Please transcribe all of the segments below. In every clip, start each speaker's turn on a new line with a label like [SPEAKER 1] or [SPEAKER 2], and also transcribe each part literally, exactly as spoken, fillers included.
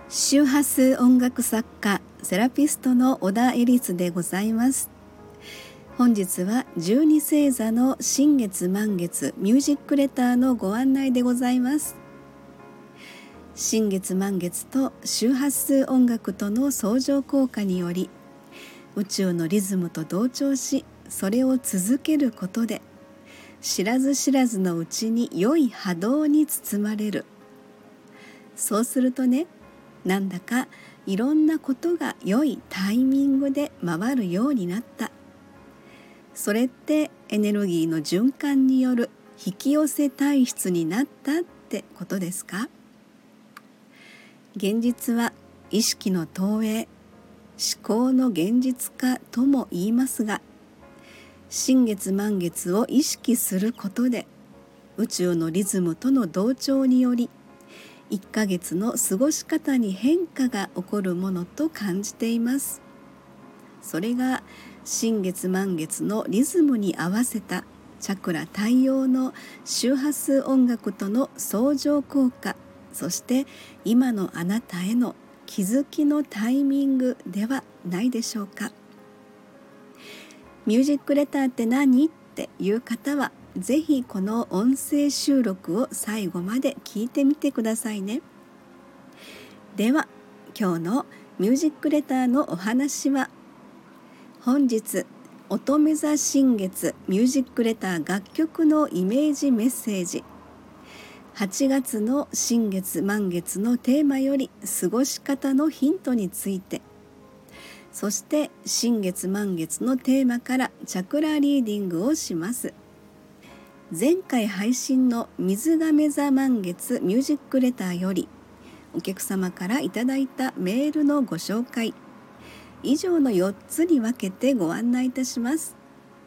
[SPEAKER 1] 周波数音楽作家セラピストの小田恵里津でございます。本日はじゅうに星座の新月満月ミュージックレターのご案内でございます。新月満月と周波数音楽との相乗効果により、宇宙のリズムと同調し、それを続けることで知らず知らずのうちに良い波動に包まれる。そうするとね、なんだかいろんなことが良いタイミングで回るようになった。それってエネルギーの循環による引き寄せ体質になったってことですか？現実は意識の投影、思考の現実化とも言いますが、新月満月を意識することで宇宙のリズムとの同調によりいっかげつの過ごし方に変化が起こるものと感じています。それが新月満月のリズムに合わせたチャクラ対応の周波数音楽との相乗効果、そして今のあなたへの気づきのタイミングではないでしょうか。ミュージックレターって何っていう方は、ぜひこの音声収録を最後まで聞いてみてくださいね。では今日のミュージックレターのお話は、本日乙女座新月ミュージックレター楽曲のイメージメッセージ、はちがつの新月満月のテーマより過ごし方のヒントについて、そして新月満月のテーマからチャクラリーディングをします。前回配信の水亀座満月ミュージックレターよりお客様からいただいたメールのご紹介、以上のよっつに分けてご案内いたします。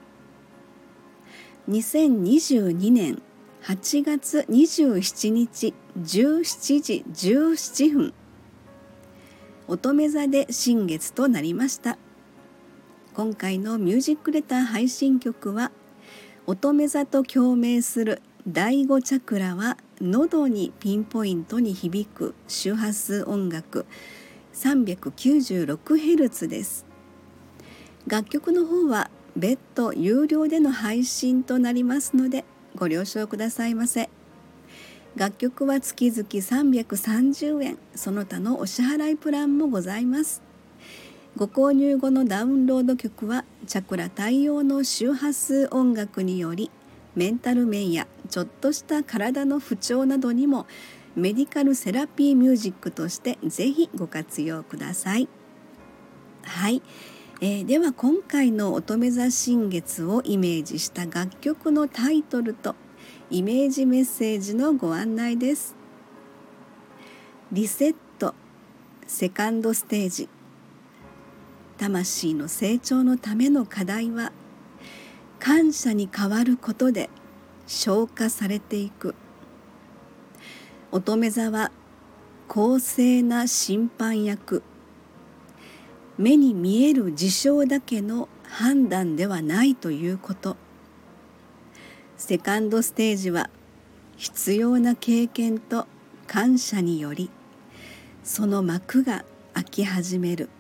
[SPEAKER 1] にせんにじゅうにねんはちがつにじゅうしちにちじゅうしちじじゅうななふん、乙女座で新月となりました。今回のミュージックレター配信曲は、乙女座と共鳴するだいごチャクラは喉にピンポイントに響く周波数音楽 さんびゃくきゅうじゅうろくヘルツ です。楽曲の方は別途有料での配信となりますのでご了承くださいませ。楽曲は月々さんびゃくさんじゅうえん、その他のお支払いプランもございます。ご購入後のダウンロード曲はチャクラ対応の周波数音楽により、メンタル面やちょっとした体の不調などにもメディカルセラピーミュージックとしてぜひご活用ください。はい、えー、では今回の乙女座新月をイメージした楽曲のタイトルとイメージメッセージのご案内です。リセット、セカンドステージ。魂の成長のための課題は、感謝に変わることで消化されていく。乙女座は公正な審判役。目に見える事象だけの判断ではないということ。セカンドステージは必要な経験と感謝により、その幕が開き始める。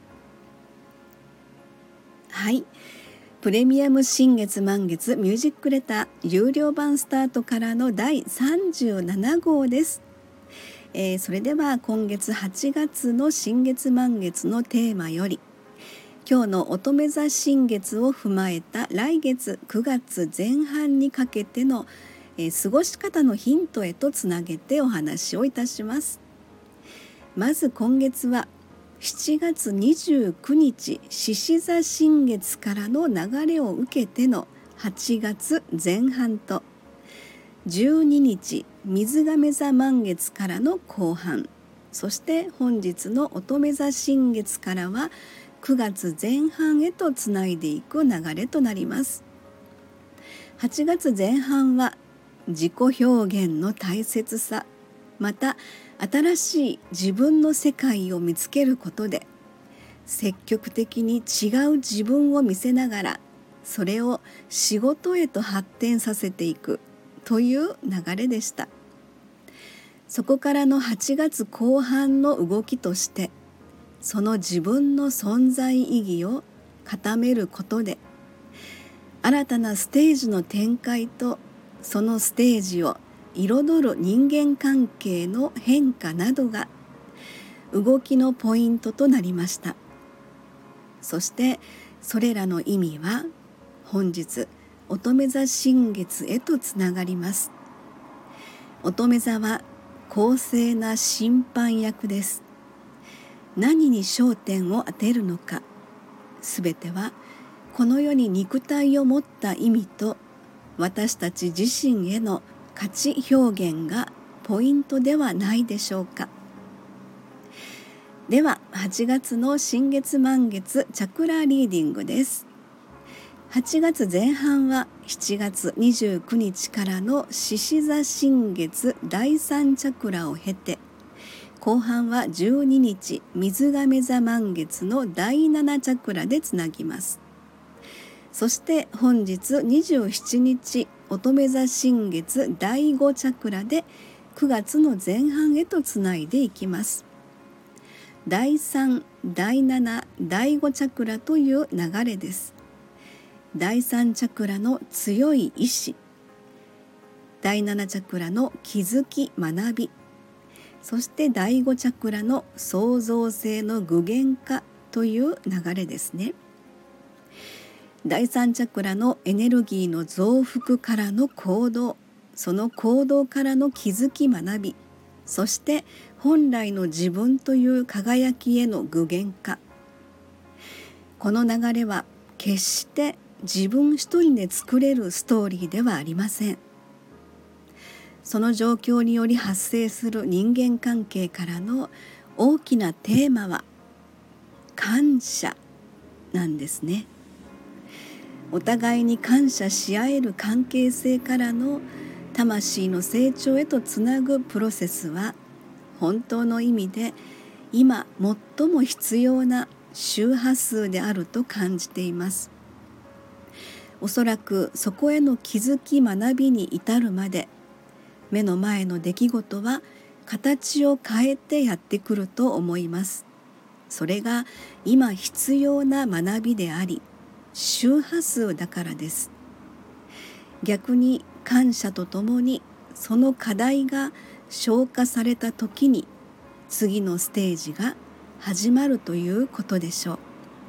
[SPEAKER 1] はい、プレミアム新月満月ミュージックレター有料版スタートからのだいさんじゅうななごうです。えー、それでは今月はちがつの新月満月のテーマより、今日の乙女座新月を踏まえた来月くがつぜん半にかけての、えー、過ごし方のヒントへとつなげてお話をいたします。まず今月はしちがつにじゅうくにち獅子座新月からの流れを受けてのはちがつぜん半と、じゅうににち水亀座満月からの後半、そして本日の乙女座新月からはくがつぜん半へとつないでいく流れとなります。はちがつぜん半は自己表現の大切さ、また新しい自分の世界を見つけることで積極的に違う自分を見せながら、それを仕事へと発展させていくという流れでした。 そこからのはちがつこう半の動きとして、その自分の存在意義を固めることで、新たなステージの展開とそのステージを彩る人間関係の変化などが動きのポイントとなりました。そしてそれらの意味は本日乙女座新月へとつながります。乙女座は公正な審判役です。何に焦点を当てるのか、すべてはこの世に肉体を持った意味と私たち自身への価値表現がポイントではないでしょうか。でははちがつの新月満月チャクラリーディングです。はちがつ前半はしちがつにじゅうくにちからの獅子座新月だいさんチャクラを経て、後半はじゅうににち水亀座満月のだいななチャクラでつなぎます。そして本日にじゅうしちにち乙女座新月だいごチャクラでくがつの前半へとつないでいきます。だいさん、だいなな、だいごチャクラという流れです。だいさんチャクラの強い意志、だいななチャクラの気づき学び、そしてだいごチャクラの創造性の具現化という流れですね。だいさんチャクラのエネルギーの増幅からの行動、その行動からの気づき学び、そして本来の自分という輝きへの具現化。この流れは決して自分一人で作れるストーリーではありません。その状況により発生する人間関係からの大きなテーマは感謝なんですね。お互いに感謝し合える関係性からの魂の成長へとつなぐプロセスは本当の意味で今最も必要な周波数であると感じています。おそらくそこへの気づき学びに至るまで目の前の出来事は形を変えてやってくると思います。それが今必要な学びであり周波数だからです。逆に感謝とともにその課題が消化された時に次のステージが始まるということでしょう。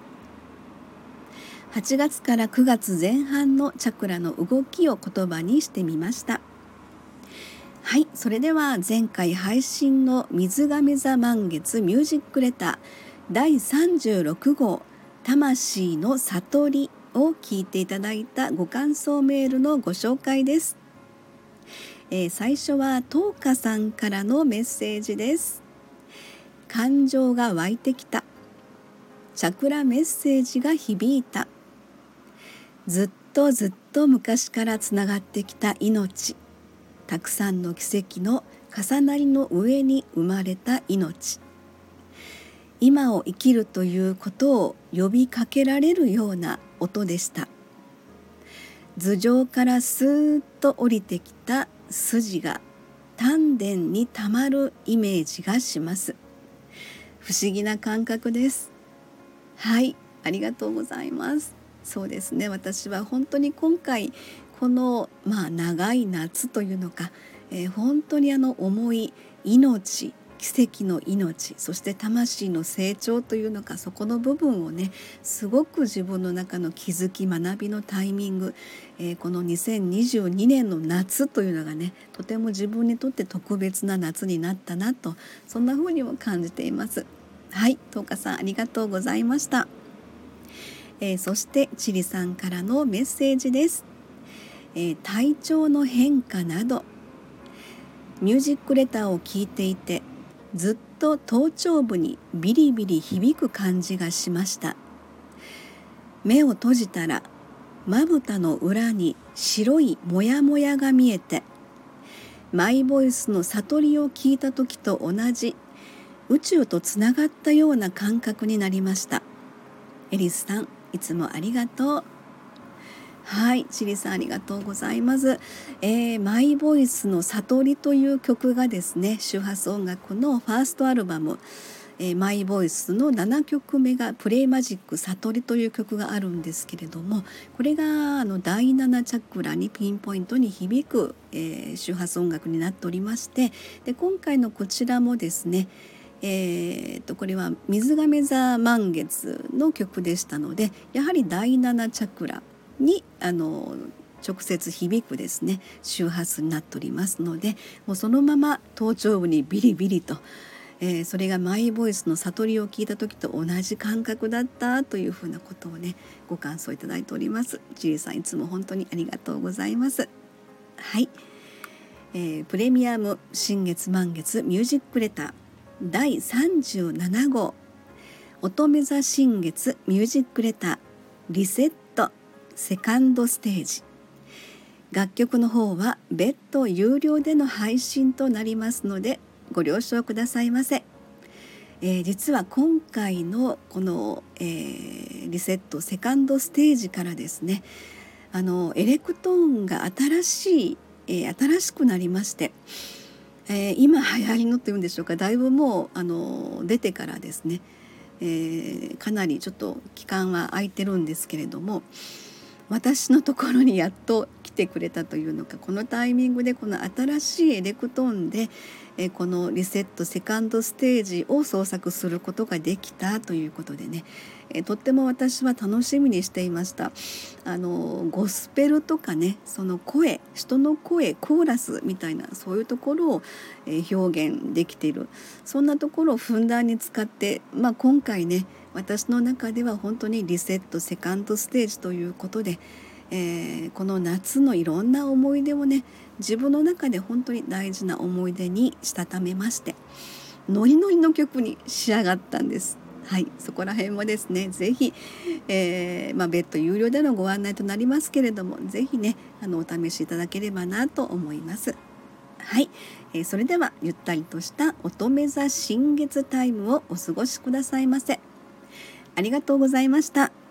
[SPEAKER 1] はちがつからくがつぜん半のチャクラの動きを言葉にしてみました。はい、それでは前回配信の水亀座満月ミュージックレターだいさんじゅうろく号魂の悟りを聞いていただいたご感想メールのご紹介です。えー、最初はトーカさんからのメッセージです。感情が湧いてきた。チャクラメッセージが響いた。ずっとずっと昔からつながってきた命。たくさんの奇跡の重なりの上に生まれた命。今を生きるということを呼びかけられるような音でした。頭上からスーッと降りてきた筋が丹田にたまるイメージがします。不思議な感覚です。はい、ありがとうございます。そうですね、私は本当に今回この、まあ、長い夏というのか、えー、本当にあの重い命、奇跡の命、そして魂の成長というのか、そこの部分をねすごく自分の中の気づき学びのタイミング、えー、このにせんにじゅうにねんの夏というのがねとても自分にとって特別な夏になったなと、そんな風にも感じています。はい、トーカさんありがとうございました。えー、そしてチリさんからのメッセージです。えー、体調の変化などミュージックレターを聞いていてずっと頭頂部にビリビリ響く感じがしました。目を閉じたらまぶたの裏に白いモヤモヤが見えて、マイボイスの悟りを聞いた時と同じ宇宙とつながったような感覚になりました。エリスさんいつもありがとう。 はい、チリさんありがとうございます。えー、マイボイスの悟りという曲がですね、周波数音楽のファーストアルバム、えー、マイボイスのななきょくめがプレイマジック悟りという曲があるんですけれども、これがあのだいななチャクラにピンポイントに響く、えー、周波数音楽になっておりまして、で今回のこちらもですね、えー、とこれは水亀座満月の曲でしたので、やはりだいななチャクラにあの直接響くですね周波数になっておりますので、もうそのまま頭頂部にビリビリと、えー、それがマイボイスの悟りを聞いた時と同じ感覚だったというふうなことをねご感想いただいております。チリさんいつも本当にありがとうございます。はい、えー、プレミアム新月満月ミュージックレターだいさんじゅうななごう、乙女座新月ミュージックレターリセットセカンドステージ。楽曲の方は別途有料での配信となりますのでご了承くださいませ。えー、実は今回のこの、えー、リセットセカンドステージからですね、あのエレクトーンが新しい、えー、新しくなりまして、えー、今流行りのというんでしょうか、だいぶもうあの出てからですね、えー、かなりちょっと期間は空いてるんですけれども、私のところにやっと来てくれたというのか、このタイミングでこの新しいエレクトーンで、えこのリセットセカンドステージを創作することができたということでね、えとっても私は楽しみにしていました。あのゴスペルとかね、その声、人の声、コーラスみたいなそういうところを、え表現できている、そんなところをふんだんに使って、まあ、今回ね私の中では本当にリセットセカンドステージということで、えー、この夏のいろんな思い出をね自分の中で本当に大事な思い出にしたためまして、ノリノリの曲に仕上がったんです。はい、そこら辺もですねぜひ、えーまあ、別途有料でのご案内となりますけれども、ぜひねあのお試しいただければなと思います。はい、えー、それではゆったりとした乙女座新月タイムをお過ごしくださいませ。ありがとうございました。